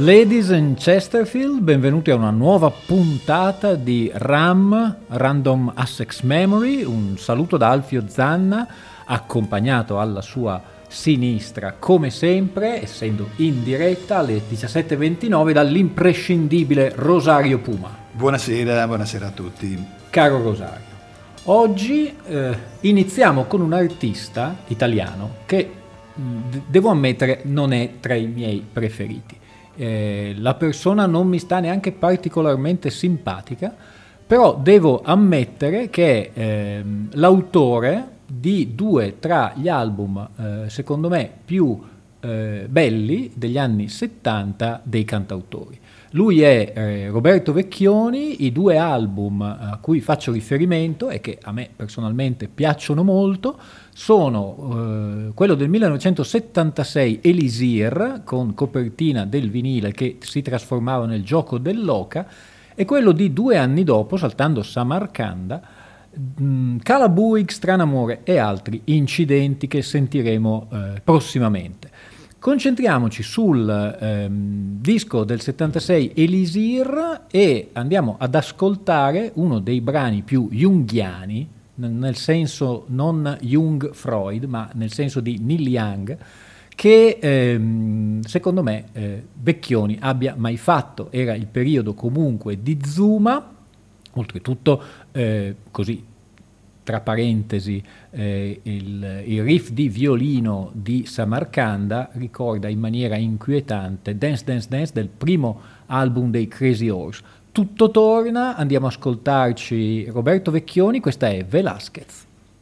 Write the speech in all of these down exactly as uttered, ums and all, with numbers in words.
Ladies and Chesterfield, benvenuti a una nuova puntata di RAM, Random Access Memory. Un saluto da Alfio Zanna, accompagnato alla sua sinistra, come sempre, essendo in diretta alle diciassette e ventinove, dall'imprescindibile Rosario Puma. Buonasera, buonasera a tutti. Caro Rosario, oggi eh, iniziamo con un artista italiano che, d- devo ammettere, non è tra i miei preferiti. Eh, la persona non mi sta neanche particolarmente simpatica, però devo ammettere che è eh, l'autore di due tra gli album eh, secondo me più eh, belli degli anni settanta dei cantautori. Lui è eh, Roberto Vecchioni. I due album a cui faccio riferimento e che a me personalmente piacciono molto sono eh, quello del millenovecentosettantasei, Elisir, con copertina del vinile che si trasformava nel gioco dell'oca, e quello di due anni dopo, saltando Samarcanda, mh, Calabuig, Stranamore e altri incidenti che sentiremo eh, prossimamente. Concentriamoci sul ehm, disco del settantasei, Elisir, e andiamo ad ascoltare uno dei brani più junghiani, nel senso non Jung Freud, ma nel senso di Neil Young, che ehm, secondo me eh, Vecchioni abbia mai fatto. Era il periodo comunque di Zuma, oltretutto eh, così tra parentesi eh, il, il riff di violino di Samarcanda ricorda in maniera inquietante Dance Dance Dance del primo album dei Crazy Horse. Tutto torna, andiamo a ascoltarci Roberto Vecchioni, questa è Velasquez.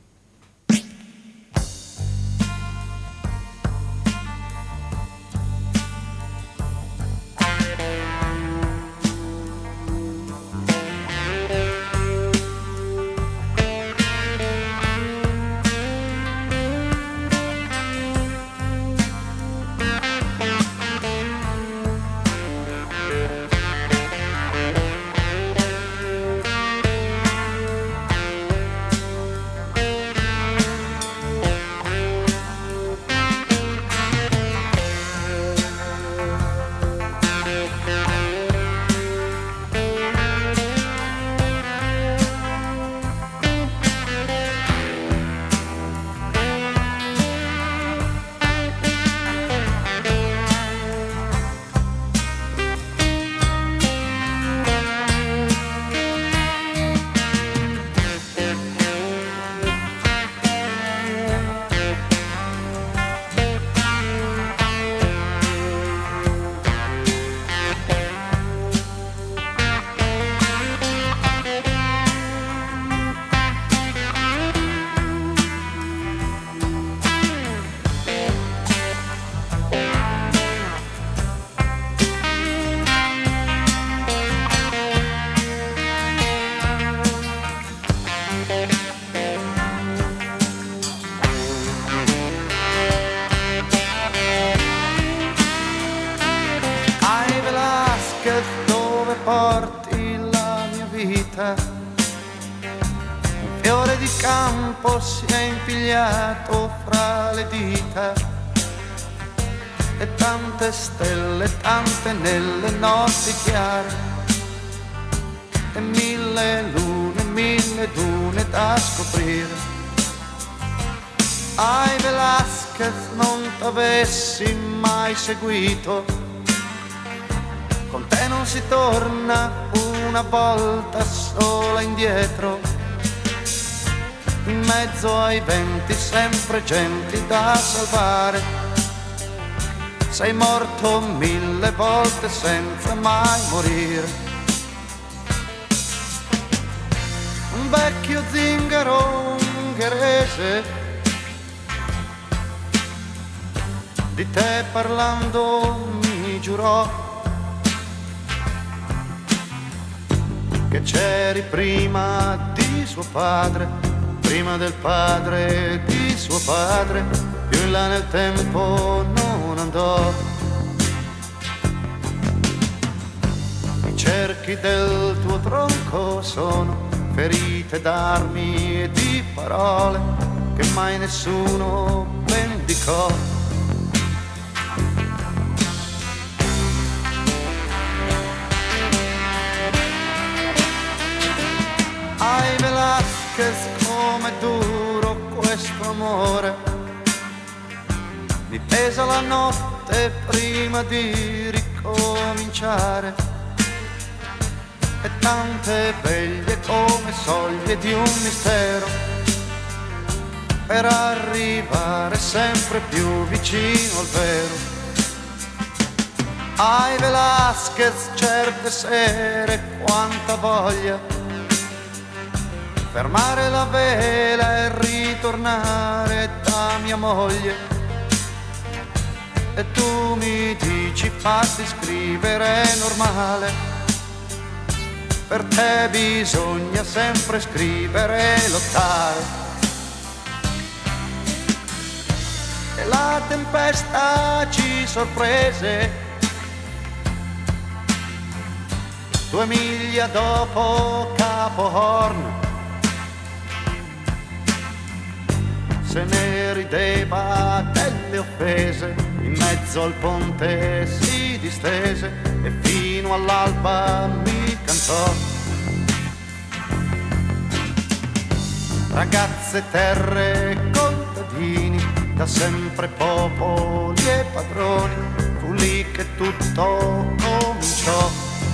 Si è impigliato fra le dita e tante stelle, tante nelle notti chiare, e mille lune, mille dune da scoprire. Ai Velasquez, non t'avessi mai seguito, con te non si torna una volta sola indietro. In mezzo ai venti, sempre genti da salvare. Sei morto mille volte senza mai morire. Un vecchio zingaro ungherese, di te parlando mi giurò che c'eri prima di suo padre, prima del padre di suo padre, più in là nel tempo non andò. I cerchi del tuo tronco sono ferite d'armi e di parole che mai nessuno vendicò. tesa la notte prima di ricominciare, e tante veglie come soglie di un mistero, per arrivare sempre più vicino al vero. Ai Velasquez certe sere quanta voglia, fermare la vela e ritornare da mia moglie. E tu mi dici fatti scrivere è normale, per te bisogna sempre scrivere e lottare. E la tempesta ci sorprese due miglia dopo Capo Horn, se ne rideva delle offese, in mezzo al ponte si distese e fino all'alba mi cantò. Ragazze, terre, contadini, da sempre popoli e padroni, fu lì che tutto cominciò.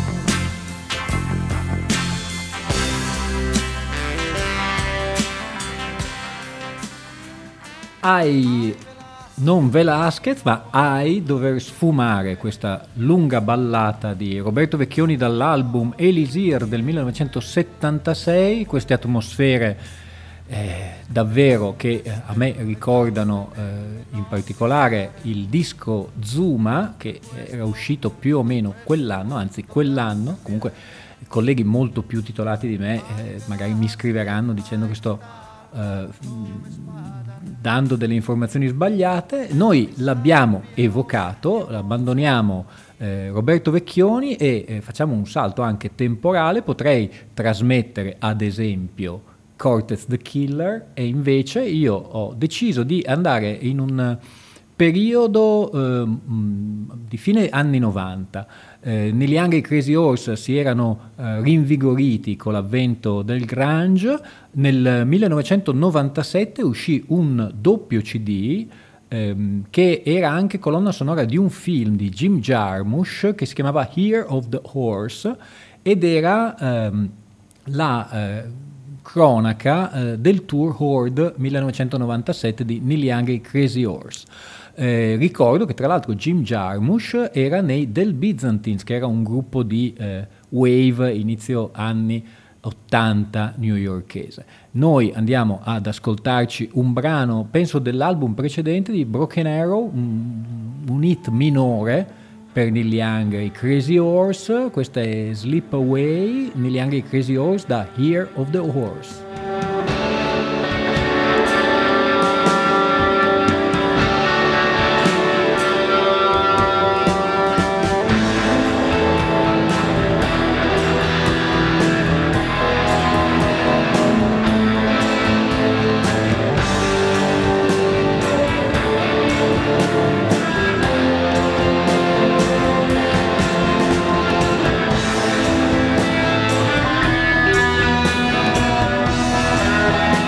Hai non Velasquez, ma hai dover sfumare questa lunga ballata di Roberto Vecchioni dall'album Elisir del millenovecentosettantasei, queste atmosfere eh, davvero che a me ricordano eh, in particolare il disco Zuma, che era uscito più o meno quell'anno, anzi quell'anno, comunque colleghi molto più titolati di me eh, magari mi scriveranno dicendo che sto Uh, dando delle informazioni sbagliate. Noi l'abbiamo evocato, abbandoniamo eh, Roberto Vecchioni e eh, facciamo un salto anche temporale. Potrei trasmettere ad esempio Cortez the Killer, e invece io ho deciso di andare in un periodo eh, di fine anni novanta. Eh, negli Hungry Crazy Horse si erano eh, rinvigoriti con l'avvento del grunge. Nel millenovecentonovantasette uscì un doppio C D ehm, che era anche colonna sonora di un film di Jim Jarmusch che si chiamava Year of the Horse, ed era ehm, la eh, cronaca eh, del tour Horde millenovecentonovantasette di Neil Young e Crazy Horse. Eh, ricordo che tra l'altro Jim Jarmusch era nei Del Byzantines, che era un gruppo di eh, wave inizio anni ottanta newyorkese. Noi andiamo ad ascoltarci un brano, penso dell'album precedente di Broken Arrow, un, un hit minore per Neil Young e Crazy Horse. Questa è Slip Away, Neil Young e Crazy Horse da Year of the Horse. Bye.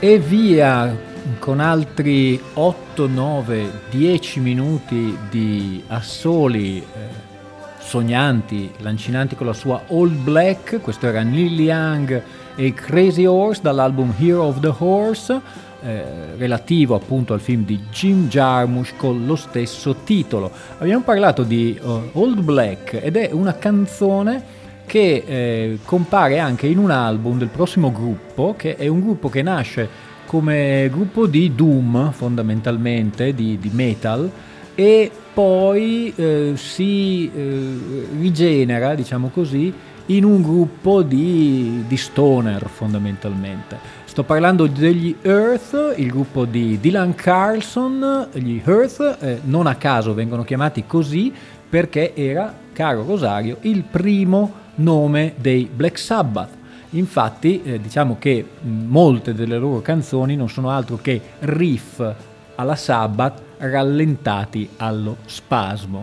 e via con altri otto, nove, dieci minuti di assoli eh, sognanti, lancinanti con la sua Old Black. Questo era Neil Young e Crazy Horse dall'album Hero of the Horse, eh, relativo appunto al film di Jim Jarmusch con lo stesso titolo. Abbiamo parlato di uh, Old Black ed è una canzone che eh, compare anche in un album del prossimo gruppo, che è un gruppo che nasce come gruppo di doom fondamentalmente, di, di metal, e poi eh, si eh, rigenera, diciamo così, in un gruppo di, di stoner fondamentalmente. Sto parlando degli Earth, il gruppo di Dylan Carlson. Gli Earth eh, non a caso vengono chiamati così perché era, caro Rosario, il primo nome dei Black Sabbath. Infatti eh, diciamo che mh, molte delle loro canzoni non sono altro che riff alla Sabbath rallentati allo spasmo.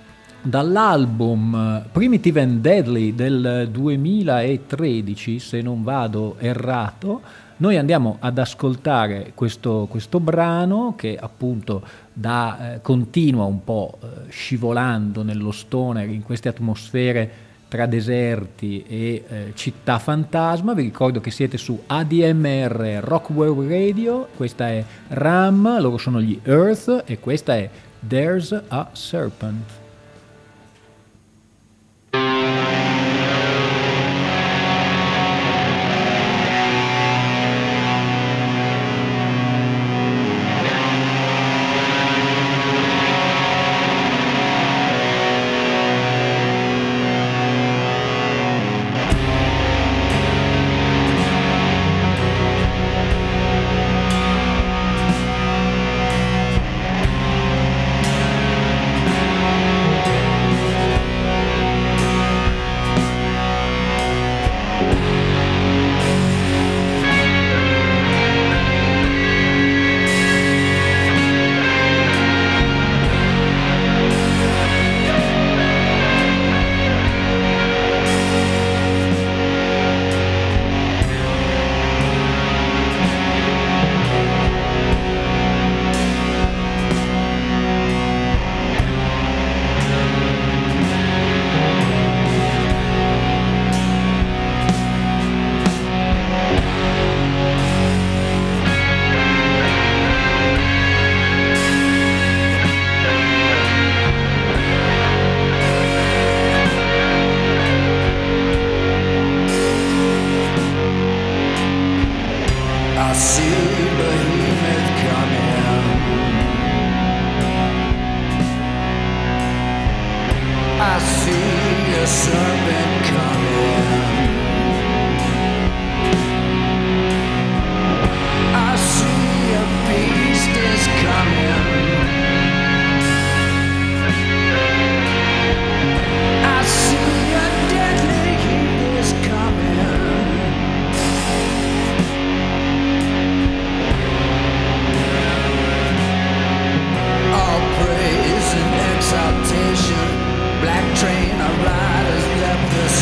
Dall'album Primitive and Deadly del duemilatredici, se non vado errato, noi andiamo ad ascoltare questo, questo brano che appunto da, eh, continua un po' eh, scivolando nello stoner in queste atmosfere tra deserti e eh, città fantasma. Vi ricordo che siete su A D M R Rock Wave Radio, questa è Ram, loro sono gli Earth e questa è There's a Serpent. Black train, our riders left the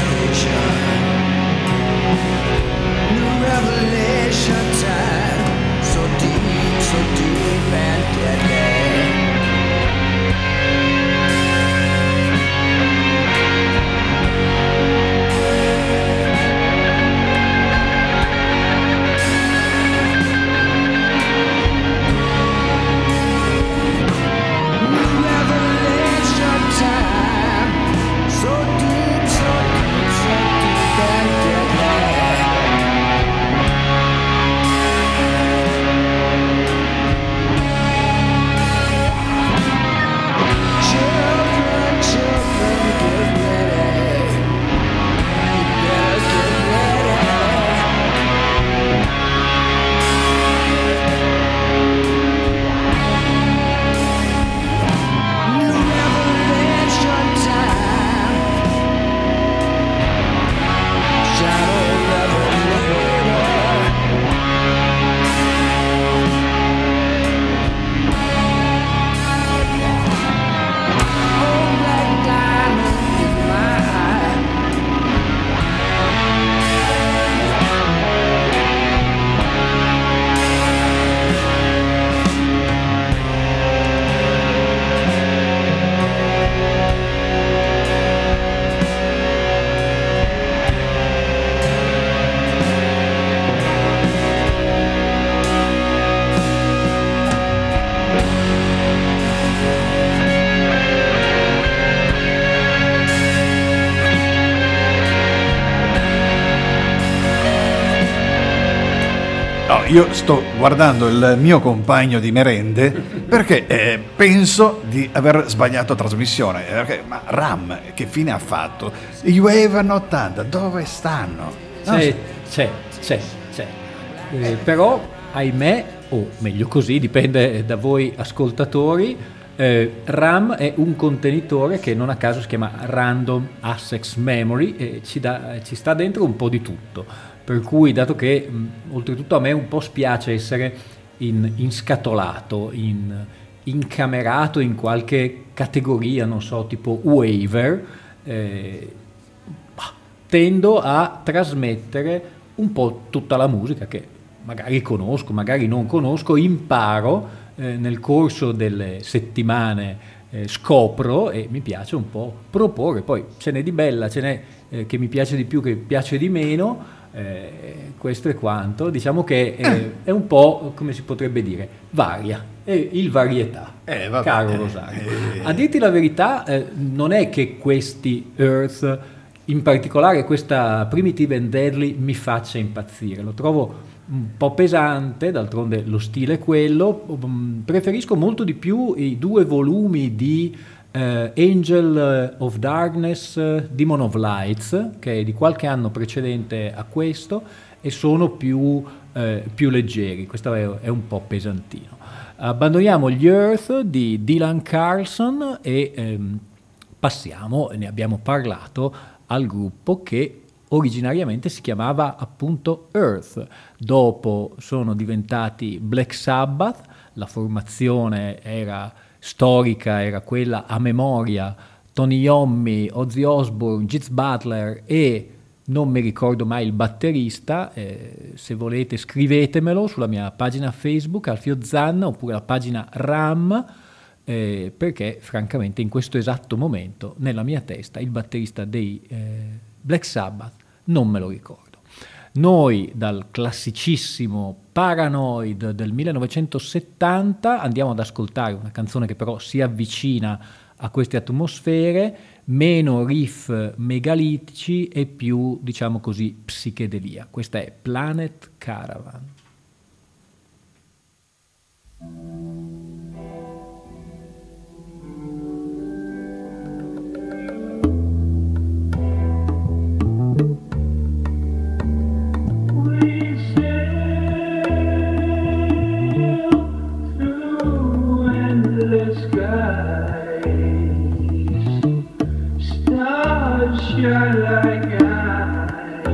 io sto guardando il mio compagno di merende perché eh, penso di aver sbagliato trasmissione. Perché, ma Ram, che fine ha fatto? I Wave ottanta, dove stanno? No, C'è, c'è, c'è, c'è. Eh, però, ahimè, o meglio così, dipende da voi ascoltatori, eh, RAM è un contenitore che non a caso si chiama Random Access Memory e ci, dà, ci sta dentro un po' di tutto. Per cui, dato che mh, oltretutto a me un po' spiace essere in, inscatolato, in, incamerato in qualche categoria, non so, tipo waiver, eh, tendo a trasmettere un po' tutta la musica che magari conosco, magari non conosco, imparo eh, nel corso delle settimane, eh, scopro e mi piace un po' proporre. Poi ce n'è di bella, ce n'è eh, che mi piace di più, che piace di meno, eh, questo è quanto. Diciamo che eh, è un po', come si potrebbe dire, varia, è il varietà, eh, vabbè, caro Rosario. Eh, A dirti la verità, eh, non è che questi Earth, in particolare questa Primitive and Deadly, mi faccia impazzire, lo trovo un po' pesante, d'altronde lo stile è quello. Preferisco molto di più i due volumi di eh, Angel of Darkness, Demon of Lights, che è di qualche anno precedente a questo, e sono più, eh, più leggeri. Questo è, è un po' pesantino. Abbandoniamo gli Earth di Dylan Carlson e ehm, passiamo, ne abbiamo parlato, al gruppo che originariamente si chiamava appunto Earth. Dopo sono diventati Black Sabbath, la formazione era storica, era quella a memoria: Tony Iommi, Ozzy Osbourne, Geez Butler e non mi ricordo mai il batterista. Eh, se volete scrivetemelo sulla mia pagina Facebook Alfio Zanna oppure la pagina RAM, eh, perché francamente in questo esatto momento nella mia testa il batterista dei eh, Black Sabbath non me lo ricordo. Noi dal classicissimo Paranoid del millenovecentosettanta andiamo ad ascoltare una canzone che però si avvicina a queste atmosfere, meno riff megalitici e più, diciamo così, psichedelia. Questa è Planet Caravan. Shine like eyes,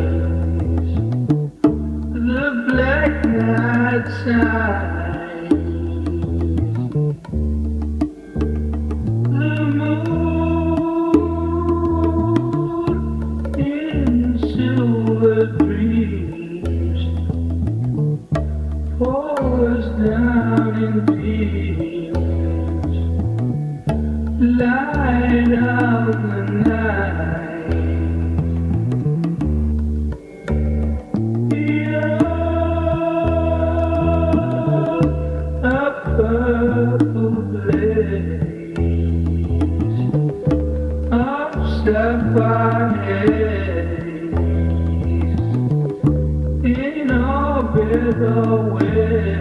the black night side, the moon in silver dreams pours down in beams, light of the night. Purple blaze upset by haze in orbit away.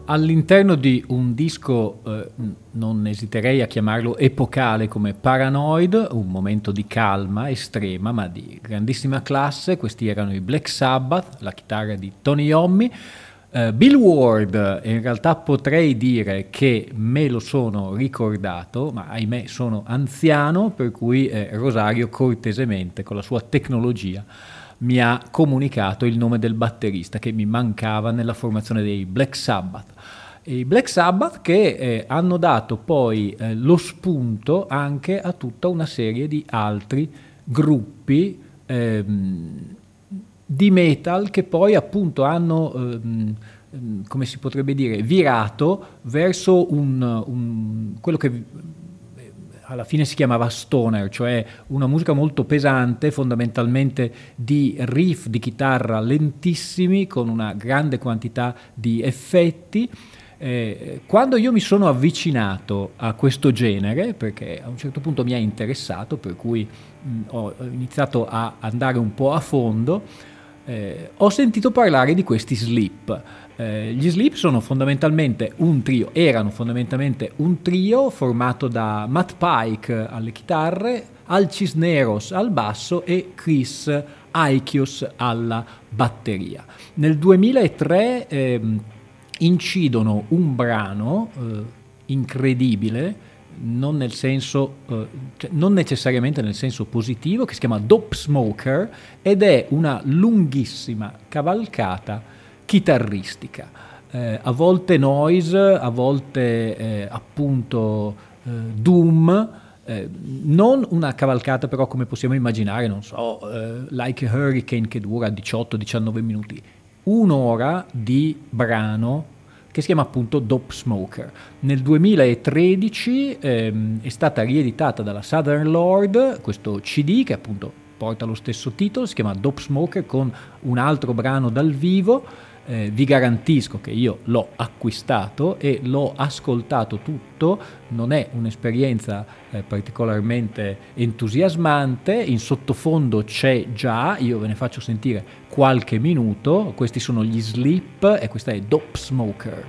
all'interno di un disco, eh, non esiterei a chiamarlo epocale come Paranoid, un momento di calma estrema ma di grandissima classe. Questi erano i Black Sabbath, la chitarra di Tony Iommi. Uh, Bill Ward, in realtà potrei dire che me lo sono ricordato, ma ahimè sono anziano, per cui eh, Rosario cortesemente con la sua tecnologia mi ha comunicato il nome del batterista che mi mancava nella formazione dei Black Sabbath. I Black Sabbath che eh, hanno dato poi eh, lo spunto anche a tutta una serie di altri gruppi ehm, di metal che poi appunto hanno, ehm, come si potrebbe dire, virato verso un, un, quello che alla fine si chiamava stoner, cioè una musica molto pesante, fondamentalmente di riff di chitarra lentissimi con una grande quantità di effetti. Eh, quando io mi sono avvicinato a questo genere, perché a un certo punto mi ha interessato, per cui mh, ho iniziato a andare un po' a fondo, Eh, ho sentito parlare di questi Sleep. Eh, gli Sleep sono fondamentalmente un trio, erano fondamentalmente un trio formato da Matt Pike alle chitarre, Al Cisneros al basso e Chris Aikios alla batteria. Nel duemilatré ehm, incidono un brano eh, incredibile, non nel senso, eh, cioè non necessariamente nel senso positivo, che si chiama Dope Smoker ed è una lunghissima cavalcata chitarristica, eh, a volte noise, a volte eh, appunto eh, doom, eh, non una cavalcata però come possiamo immaginare, non so, eh, Like a Hurricane che dura diciotto diciannove minuti, un'ora di brano che si chiama appunto Dope Smoker. Nel duemilatredici ehm, è stata rieditata dalla Southern Lord questo C D che appunto porta lo stesso titolo, si chiama Dope Smoker con un altro brano dal vivo. Eh, vi garantisco che io l'ho acquistato e l'ho ascoltato tutto, non è un'esperienza eh, particolarmente entusiasmante, in sottofondo c'è già, io ve ne faccio sentire qualche minuto, questi sono gli Sleep e questa è Dope Smoker.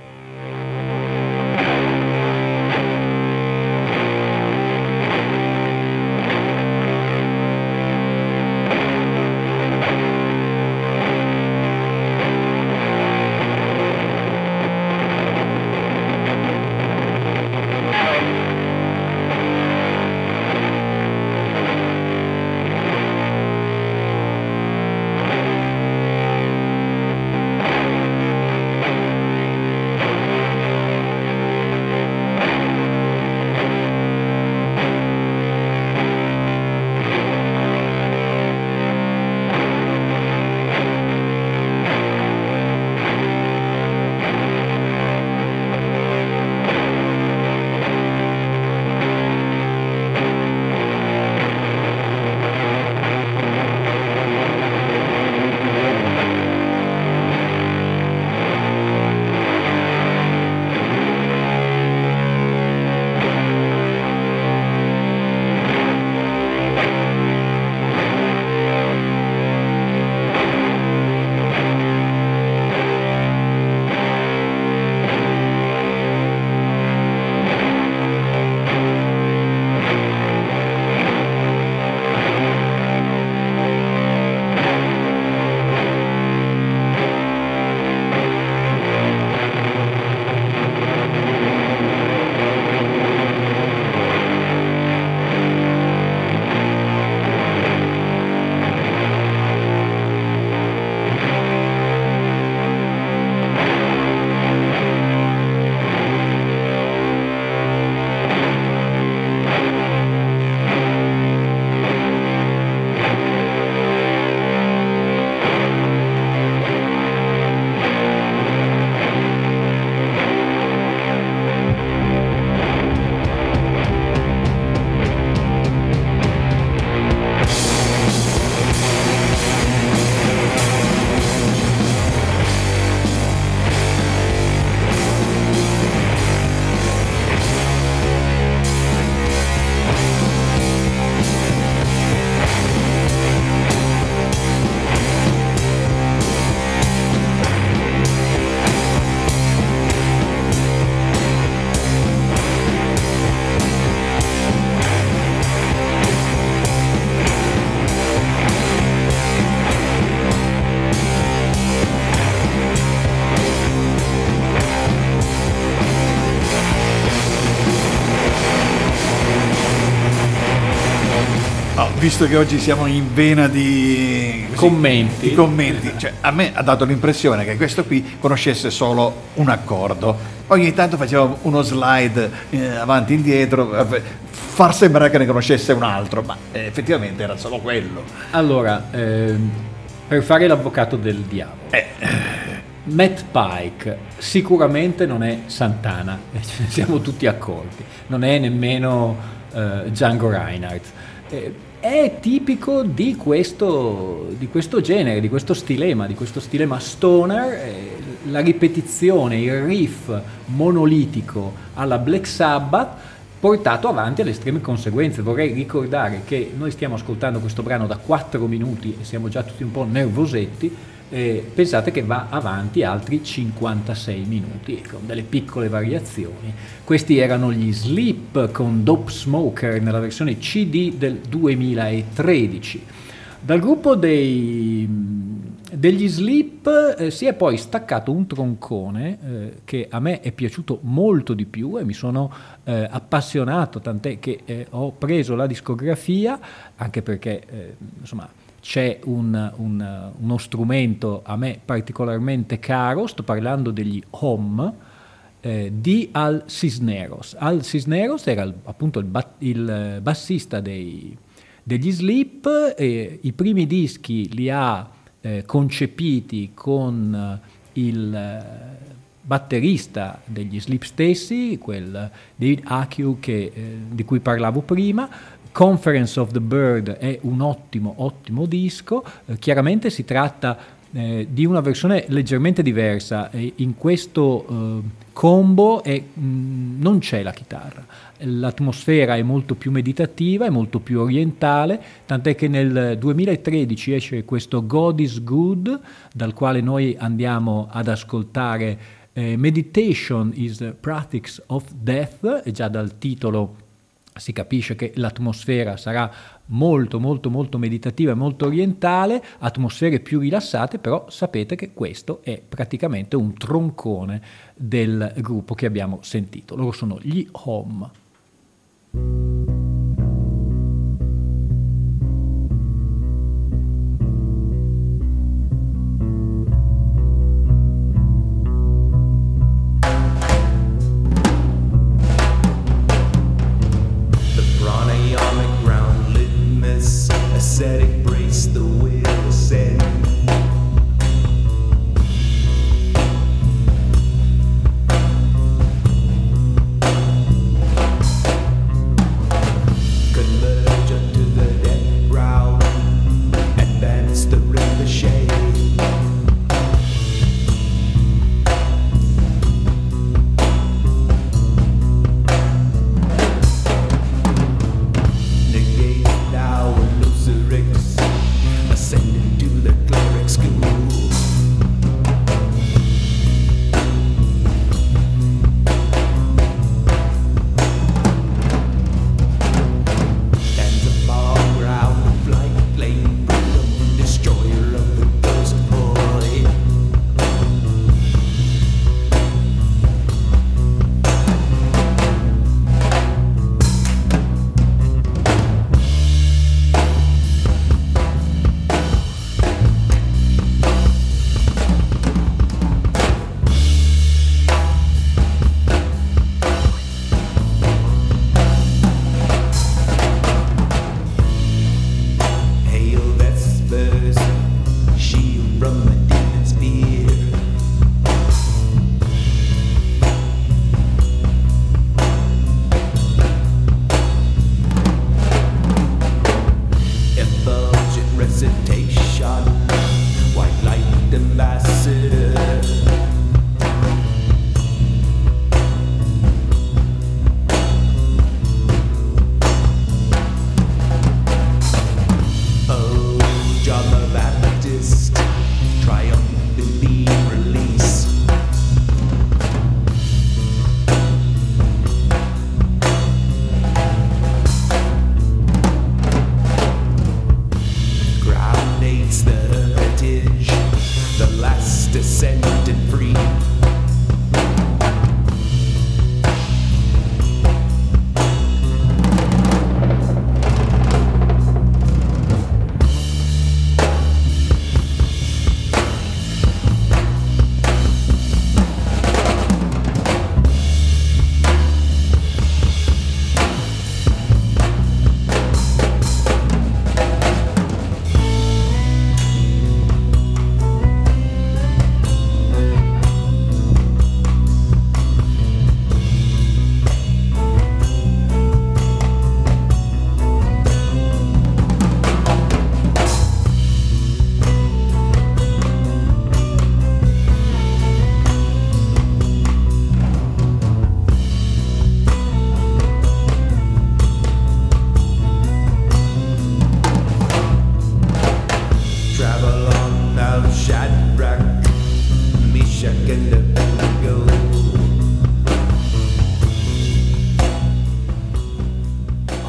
Oh, visto che oggi siamo in vena di così, Commenti. di commenti, cioè, a me ha dato l'impressione che questo qui conoscesse solo un accordo. Ogni tanto faceva uno slide eh, avanti e indietro, eh, far sembrare che ne conoscesse un altro, ma eh, effettivamente era solo quello. Allora, ehm, per fare l'avvocato del diavolo, Eh, Matt Pike sicuramente non è Santana, e ce ne siamo tutti accorti, non è nemmeno eh, Django Reinhardt. Eh, è tipico di questo, di questo genere, di questo stilema, di questo stilema stoner, eh, la ripetizione, il riff monolitico alla Black Sabbath, portato avanti alle estreme conseguenze. Vorrei ricordare che noi stiamo ascoltando questo brano da quattro minuti e siamo già tutti un po' nervosetti. Eh, pensate che va avanti altri cinquantasei minuti con delle piccole variazioni. Questi erano gli Sleep con Dope Smoker nella versione C D del duemilatredici. Dal gruppo dei, degli Sleep eh, si è poi staccato un troncone eh, che a me è piaciuto molto di più e mi sono eh, appassionato, tant'è che eh, ho preso la discografia, anche perché eh, insomma c'è un, un, uno strumento a me particolarmente caro, sto parlando degli Hom eh, di Al Cisneros. Al Cisneros era il, appunto il, ba- il bassista dei, degli Sleep, e i primi dischi li ha eh, concepiti con il batterista degli Sleep stessi, quel David Akew che, eh, di cui parlavo prima. Conference of the Bird è un ottimo, ottimo disco. Eh, chiaramente si tratta eh, di una versione leggermente diversa. E in questo eh, combo è, mh, non c'è la chitarra. L'atmosfera è molto più meditativa, è molto più orientale, tant'è che nel duemilatredici esce questo God is Good, dal quale noi andiamo ad ascoltare eh, Meditation is the Practice of Death, e già dal titolo si capisce che l'atmosfera sarà molto molto molto meditativa e molto orientale, atmosfere più rilassate, però sapete che questo è praticamente un troncone del gruppo che abbiamo sentito. Loro sono gli Hom. Ascetic brace the will ascend. Converge unto the death ground, advance the river shade. Negate thou illusory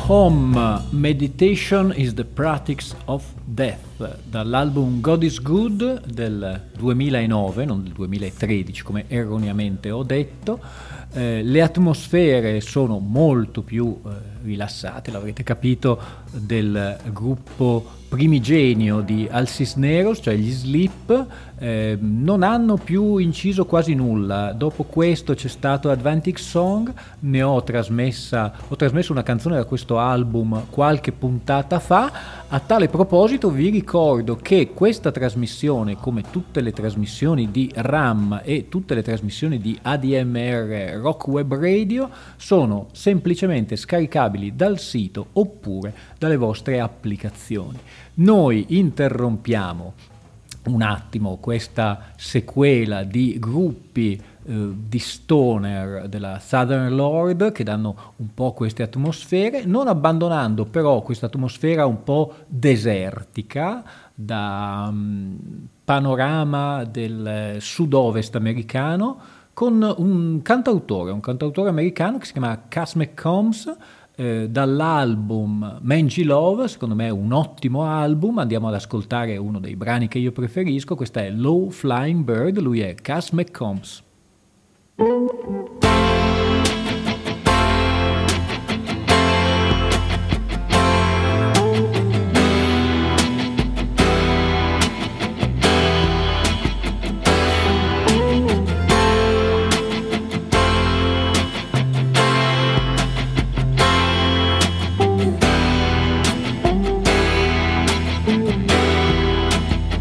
Home Meditation is the Practice of Death, dall'album God is Good del duemilanove, non del duemilatredici come erroneamente ho detto. Eh, le atmosfere sono molto più eh, rilassate, l'avrete capito, del gruppo primigenio di Al Cisneros, cioè gli Sleep. Eh, non hanno più inciso quasi nulla. Dopo questo c'è stato Atlantic Song, ne ho trasmessa ho trasmesso una canzone da questo album qualche puntata fa. A tale proposito vi ricordo che questa trasmissione, come tutte le trasmissioni di RAM e tutte le trasmissioni di A D M R Rock Web Radio, sono semplicemente scaricabili dal sito oppure dalle vostre applicazioni. Noi interrompiamo un attimo questa sequela di gruppi eh, di stoner della Southern Lord che danno un po' queste atmosfere, non abbandonando però questa atmosfera un po' desertica da um, panorama del sud-ovest americano, con un cantautore, un cantautore americano che si chiama Cass McCombs. Eh, dall'album Mangy Love, secondo me è un ottimo album. Andiamo ad ascoltare uno dei brani che io preferisco. Questa è Low Flying Bird, lui è Cass McCombs.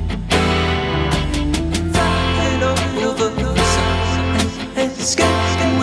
Flying over the sun, escaping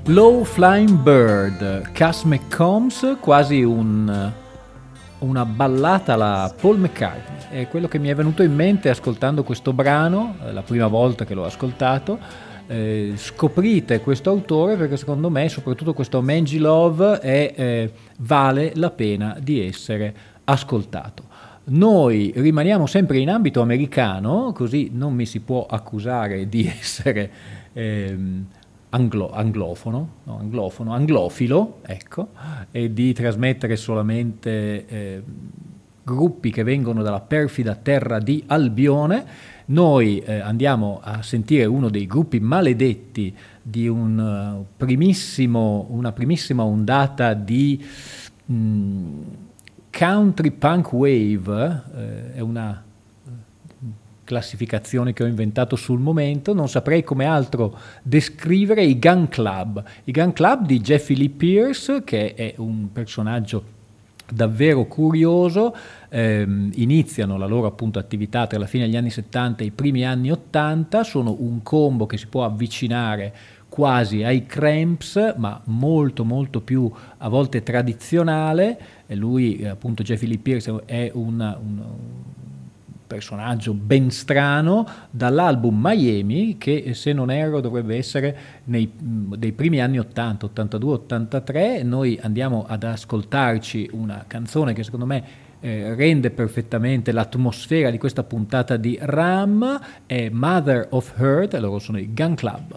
Low Flying Bird, Cass McCombs, quasi un, una ballata alla Paul McCartney. È quello che mi è venuto in mente ascoltando questo brano, la prima volta che l'ho ascoltato. Eh, scoprite questo autore perché secondo me, soprattutto questo Mangy Love, è, eh, vale la pena di essere ascoltato. Noi rimaniamo sempre in ambito americano, così non mi si può accusare di essere... Ehm, Anglo, anglofono, no, anglofono, anglofilo, ecco, e di trasmettere solamente eh, gruppi che vengono dalla perfida terra di Albione. Noi eh, andiamo a sentire uno dei gruppi maledetti di un uh, primissimo, una primissima ondata di mh, country punk wave, eh, è una classificazione che ho inventato sul momento, non saprei come altro descrivere i Gun Club. I Gun Club di Jeffy Lee Pierce, che è un personaggio davvero curioso, ehm, iniziano la loro appunto attività tra la fine degli anni settanta e i primi anni ottanta, sono un combo che si può avvicinare quasi ai Cramps, ma molto molto più a volte tradizionale. E lui, appunto Jeffy Lee Pierce, è una, un personaggio ben strano, dall'album Miami, che se non erro dovrebbe essere nei dei primi anni ottanta, ottantadue ottantatré. Noi andiamo ad ascoltarci una canzone che secondo me eh, rende perfettamente l'atmosfera di questa puntata di Ram, è Mother of Hurt, loro sono i Gun Club.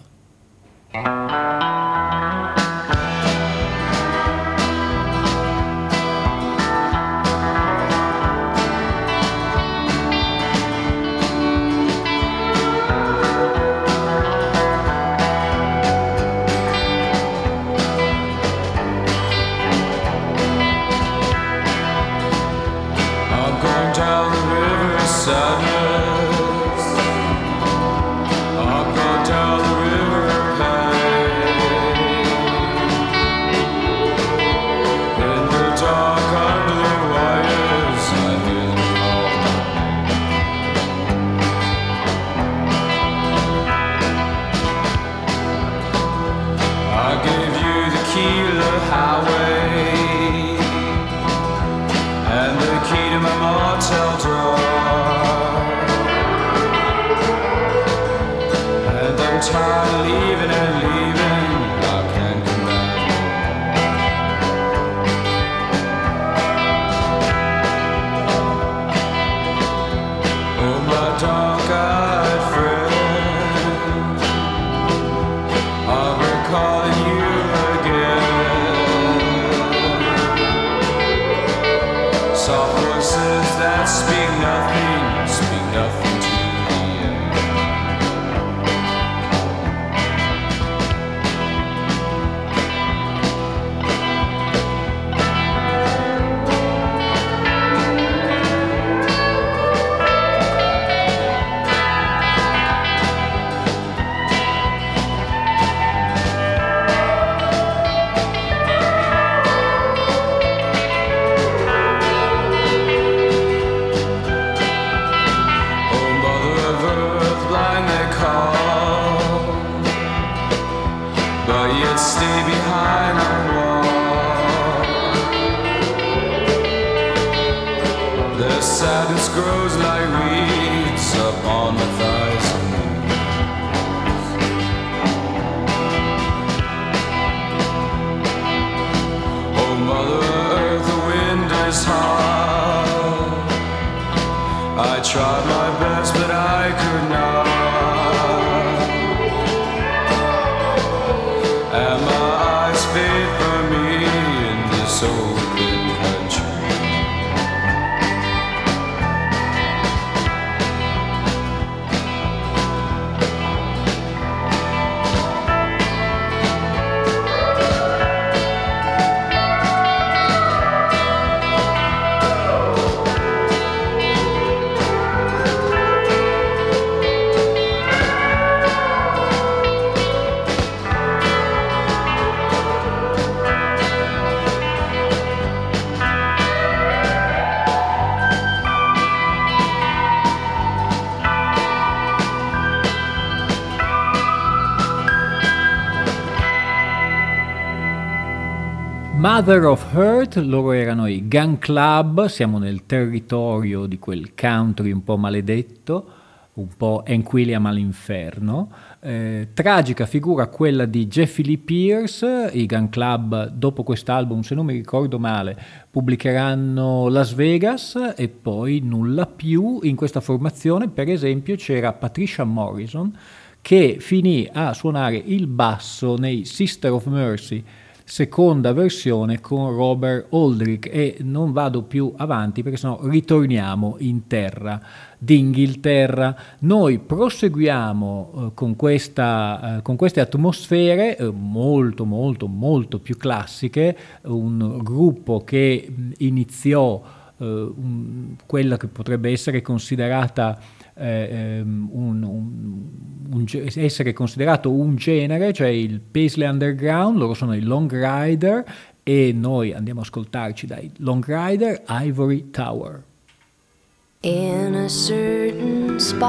Mother of Hurt, loro erano i Gun Club, siamo nel territorio di quel country un po' maledetto, un po' Enquiliam all'inferno. Eh, tragica figura quella di Jeffy Lee Pierce. I Gun Club dopo quest'album, se non mi ricordo male, pubblicheranno Las Vegas e poi nulla più. In questa formazione per esempio c'era Patricia Morrison, che finì a suonare il basso nei Sister of Mercy seconda versione con Robert Aldrich, e non vado più avanti perché sennò ritorniamo in terra d'Inghilterra. Noi proseguiamo eh, con, questa, eh, con queste atmosfere eh, molto molto molto più classiche, un gruppo che iniziò eh, un, quella che potrebbe essere considerata Eh, um, un, un, un, essere considerato un genere, cioè il Paisley Underground. Loro sono i Long Rider e noi andiamo a ascoltarci dai Long Rider Ivory Tower. In a certain spot,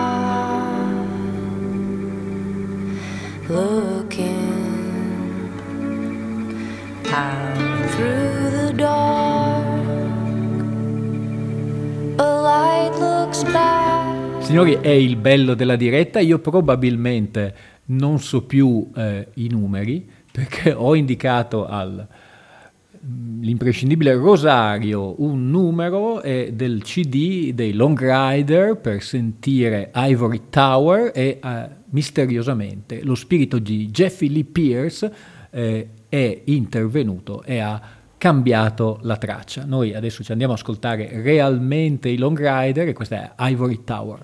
looking out through the dark, a light looks back. Signori, è il bello della diretta. Io probabilmente non so più eh, i numeri, perché ho indicato all'imprescindibile Rosario un numero eh, del C D dei Long Rider per sentire Ivory Tower e eh, misteriosamente lo spirito di Jeffy Lee Pierce eh, è intervenuto e ha cambiato la traccia. Noi adesso ci andiamo ad ascoltare realmente i Long Rider e questa è Ivory Tower.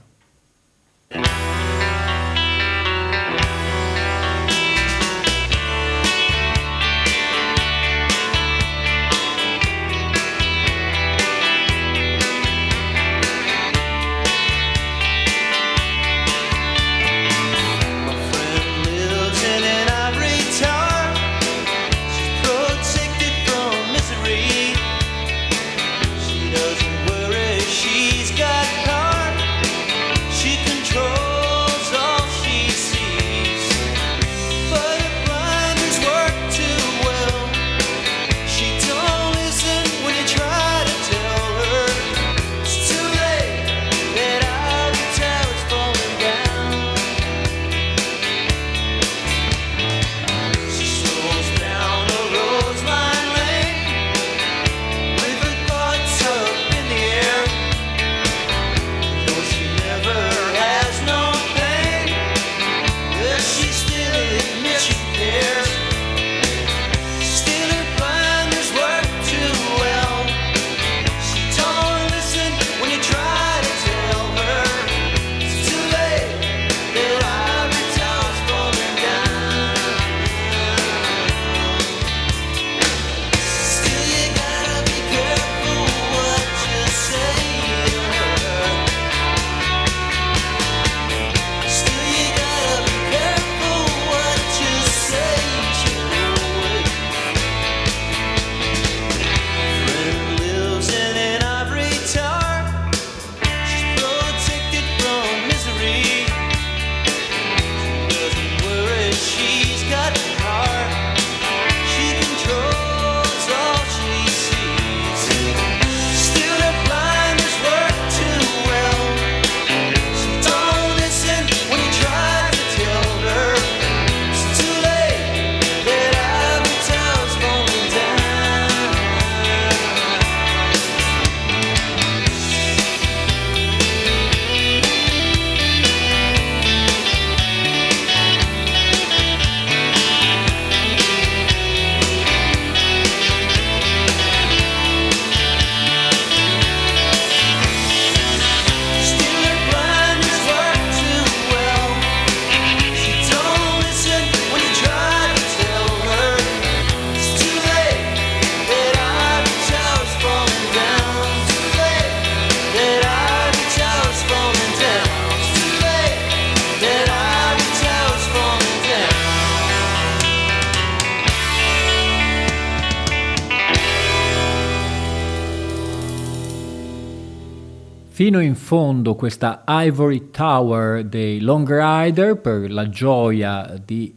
Fino in fondo questa Ivory Tower dei Long Rider per la gioia di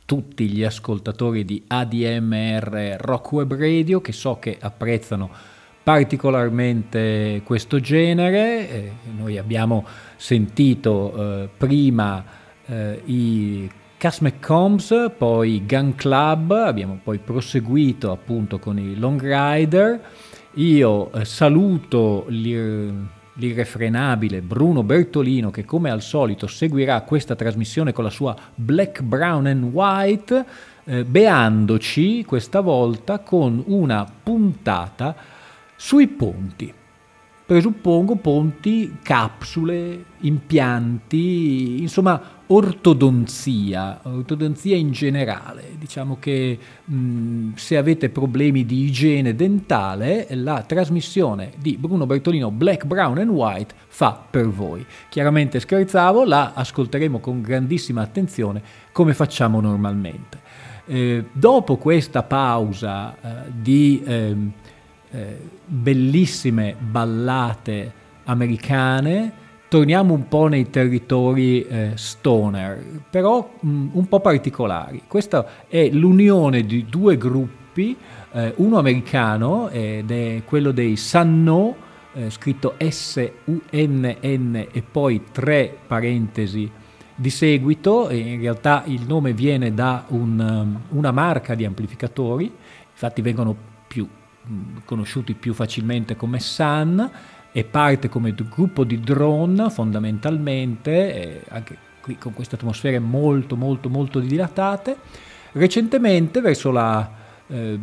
tutti gli ascoltatori di A D M R Rock Web Radio, che so che apprezzano particolarmente questo genere. Eh, noi abbiamo sentito eh, prima eh, i Cass McCombs, poi Gun Club, abbiamo poi proseguito appunto con i Long Rider. Io eh, saluto l'ir- l'irrefrenabile Bruno Bertolino, che come al solito seguirà questa trasmissione con la sua Black, Brown and White, eh, beandoci questa volta con una puntata sui ponti. Presuppongo ponti, capsule, impianti, insomma ortodonzia, ortodonzia in generale. Diciamo che mh, se avete problemi di igiene dentale, la trasmissione di Bruno Bertolino Black, Brown and White fa per voi. Chiaramente scherzavo, la ascolteremo con grandissima attenzione come facciamo normalmente. Eh, dopo questa pausa eh, di... Eh, Eh, bellissime ballate americane, torniamo un po' nei territori eh, stoner, però mh, un po' particolari. Questa è l'unione di due gruppi, eh, uno americano ed è quello dei Sunno, eh, scritto S U N N e poi tre parentesi di seguito, e in realtà il nome viene da un, um, una marca di amplificatori, infatti vengono più conosciuti più facilmente come Sun, e parte come gruppo di drone fondamentalmente, eh, anche qui con queste atmosfere molto molto molto dilatate. Recentemente, verso la eh,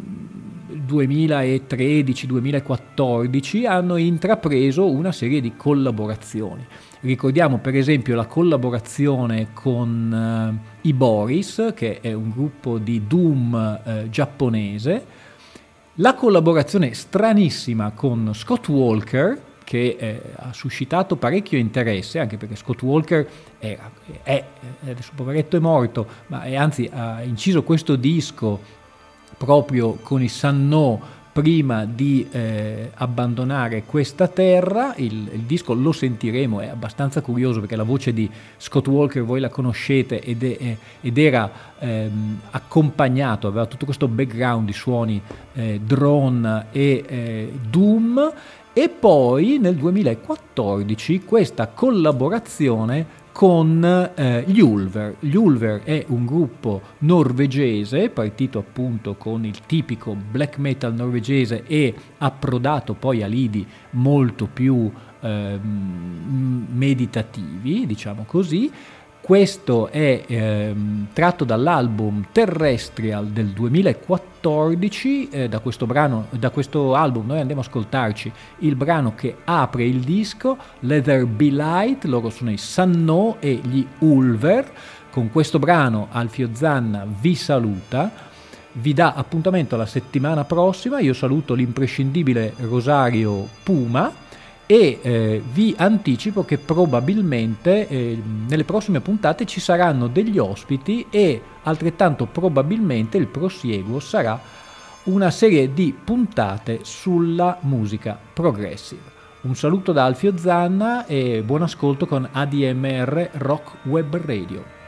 duemilatredici duemilaquattordici, hanno intrapreso una serie di collaborazioni. Ricordiamo per esempio la collaborazione con eh, i Boris, che è un gruppo di doom eh, giapponese, la collaborazione stranissima con Scott Walker, che eh, ha suscitato parecchio interesse, anche perché Scott Walker è, è, è adesso poveretto è morto, ma è, anzi ha inciso questo disco proprio con i Sunno prima di eh, abbandonare questa terra. Il, il disco lo sentiremo, è abbastanza curioso perché la voce di Scott Walker voi la conoscete, ed, è, ed era ehm, accompagnato, aveva tutto questo background di suoni eh, drone e eh, doom. E poi nel duemilaquattordici questa collaborazione con eh, gli Ulver. Gli Ulver è un gruppo norvegese, partito appunto con il tipico black metal norvegese e approdato poi a lidi molto più eh, meditativi, diciamo così. Questo è ehm, tratto dall'album Terrestrial del duemilaquattordici. Eh, da questo brano, da questo album noi andiamo ad ascoltarci il brano che apre il disco, Let There Be Light. Loro sono i Sunno e gli Ulver. Con questo brano Alfio Zanna vi saluta, vi dà appuntamento la settimana prossima. Io saluto l'imprescindibile Rosario Puma e eh, vi anticipo che probabilmente eh, nelle prossime puntate ci saranno degli ospiti, e altrettanto probabilmente il prosieguo sarà una serie di puntate sulla musica progressive. Un saluto da Alfio Zanna e buon ascolto con A D M R Rock Web Radio.